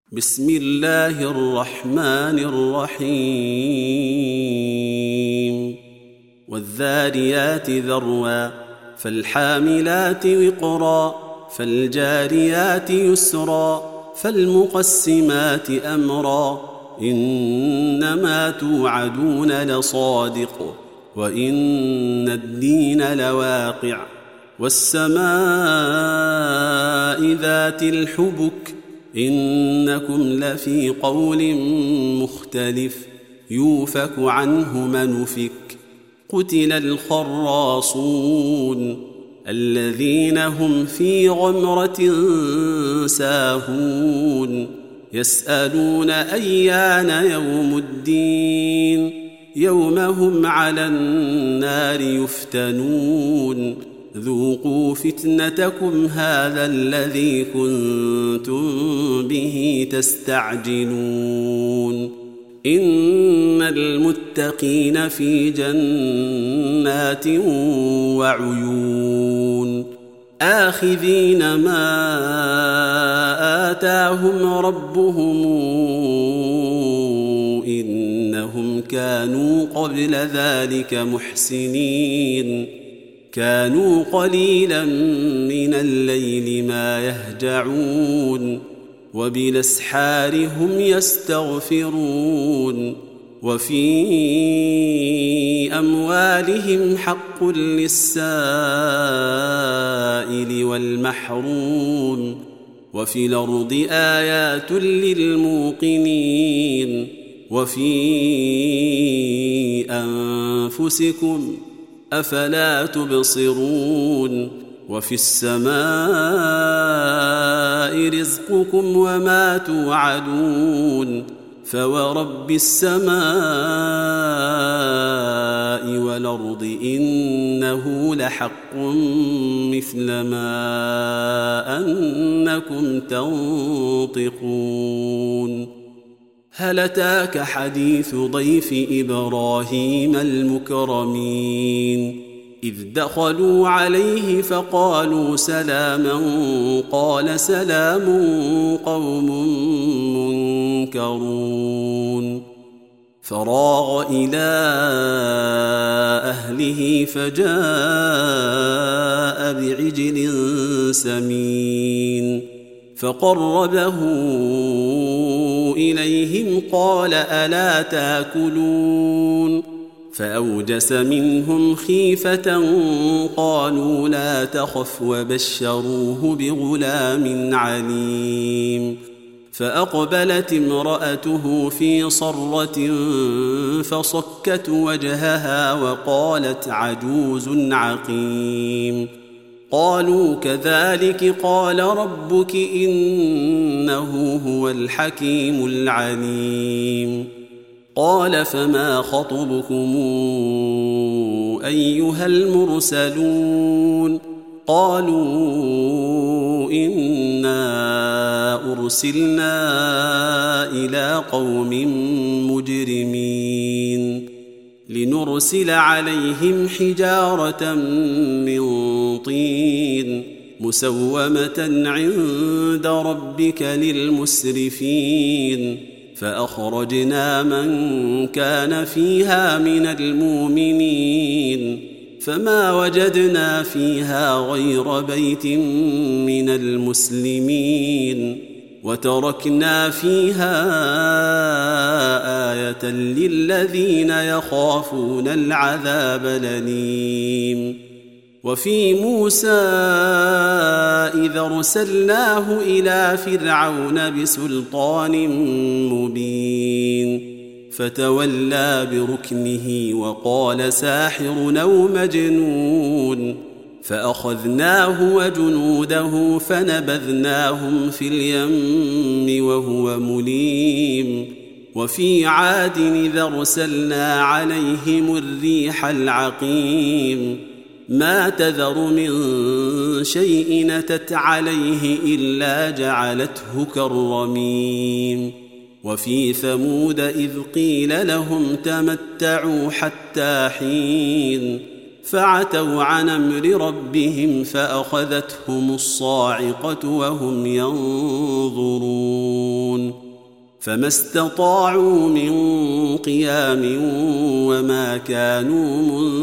بسم الله الرحمن الرحيم والذاريات ذروا فالحاملات وقرا فالجاريات يسرا فالمقسمات أمرا إنما توعدون لصادق وإن الدين لواقع والسماء ذات الحبك إنكم لفي قول مختلف يوفك عنه من أفك قتل الخراصون الذين هم في غمرة ساهون يسألون أيان يوم الدين يوم هم على النار يفتنون ذوقوا فتنتكم هذا الذي كنتم به تستعجلون إن المتقين في جنات وعيون آخذين ما آتاهم ربهم إنهم كانوا قبل ذلك محسنين كانوا قليلا من الليل ما يهجعون وبالأسحار هم يستغفرون وفي أموالهم حق للسائل والمحروم وفي الأرض آيات للموقنين وفي أنفسكم أفلا تبصرون وفي السماء رزقكم وما توعدون فورب السماء والأرض إنه لحق مثل ما أنكم تنطقون هل أتاك حديث ضيف إبراهيم المكرمين إذ دخلوا عليه فقالوا سلاما قال سلام قوم منكرون فراغ إلى أهله فجاء بعجل سمين فقربه إليهم قال ألا تاكلون فأوجس منهم خيفة قالوا لا تخف وبشروه بغلام عليم فأقبلت امرأته في صرة فصكت وجهها وقالت عجوز عقيم قالوا كذلك قال ربك إنه هو الحكيم العليم قال فما خطبكم أيها المرسلون قالوا إنا أرسلنا إلى قوم مجرمين لنرسل عليهم حجارة من طين مسومة عند ربك للمسرفين فأخرجنا من كان فيها من المؤمنين فما وجدنا فيها غير بيت من المسلمين وتركنا فيها آية للذين يخافون العذاب الأليم وفي موسى إذا أرسلناه إلى فرعون بسلطان مبين فتولى بركنه وقال ساحر أو مجنون فأخذناه وجنوده فنبذناهم في اليم وهو مليم وفي عاد إذا أرسلنا عليهم الريح العقيم ما تذر من شيء أتت عليه إلا جعلته كالرميم وفي ثمود إذ قيل لهم تمتعوا حتى حين فعتوا عن أمر ربهم فأخذتهم الصاعقة وهم ينظرون فما استطاعوا من قيام وما كانوا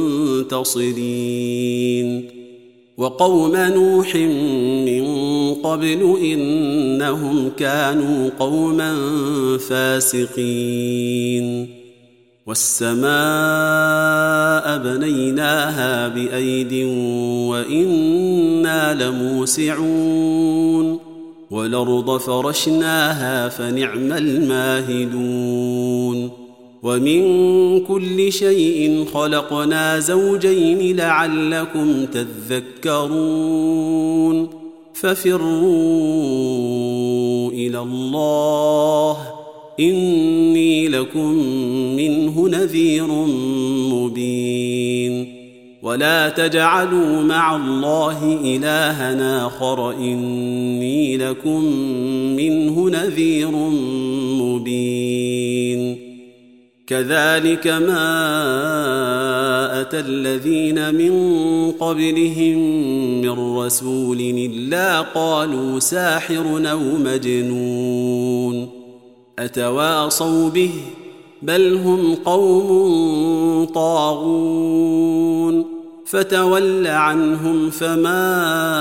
منتصرين وقوم نوح من قبل إنهم كانوا قوما فاسقين والسماء بنيناها بأيد وإنا لموسعون والأرض فرشناها فنعم الماهدون ومن كل شيء خلقنا زوجين لعلكم تذكرون ففروا إلى الله إني لكم منه نذير مبين ولا تجعلوا مع الله إلها آخر إني لكم منه نذير مبين كذلك ما أتى الذين من قبلهم من رسول إلا قالوا ساحر أو مجنون أتواصوا به بل هم قوم طاغون فتول عنهم فما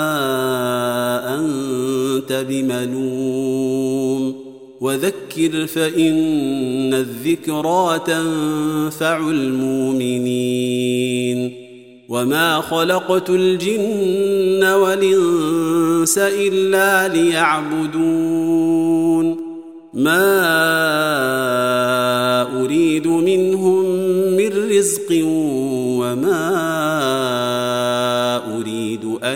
أنت بملوم وذكر فإن الذكرى تنفع المؤمنين وما خلقت الجن والإنس إلا ليعبدون ما أريد منهم من رزق وما أريد أن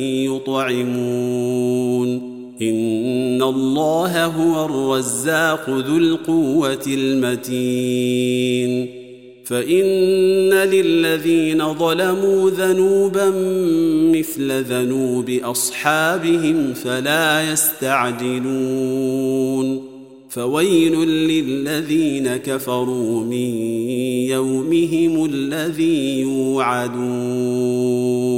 يطعمون إن الله هو الرزاق ذو القوة المتين فإن للذين ظلموا ذنوبا مثل ذنوب أصحابهم فلا يستعجلون فويل للذين كفروا من يومهم الذي يوعدون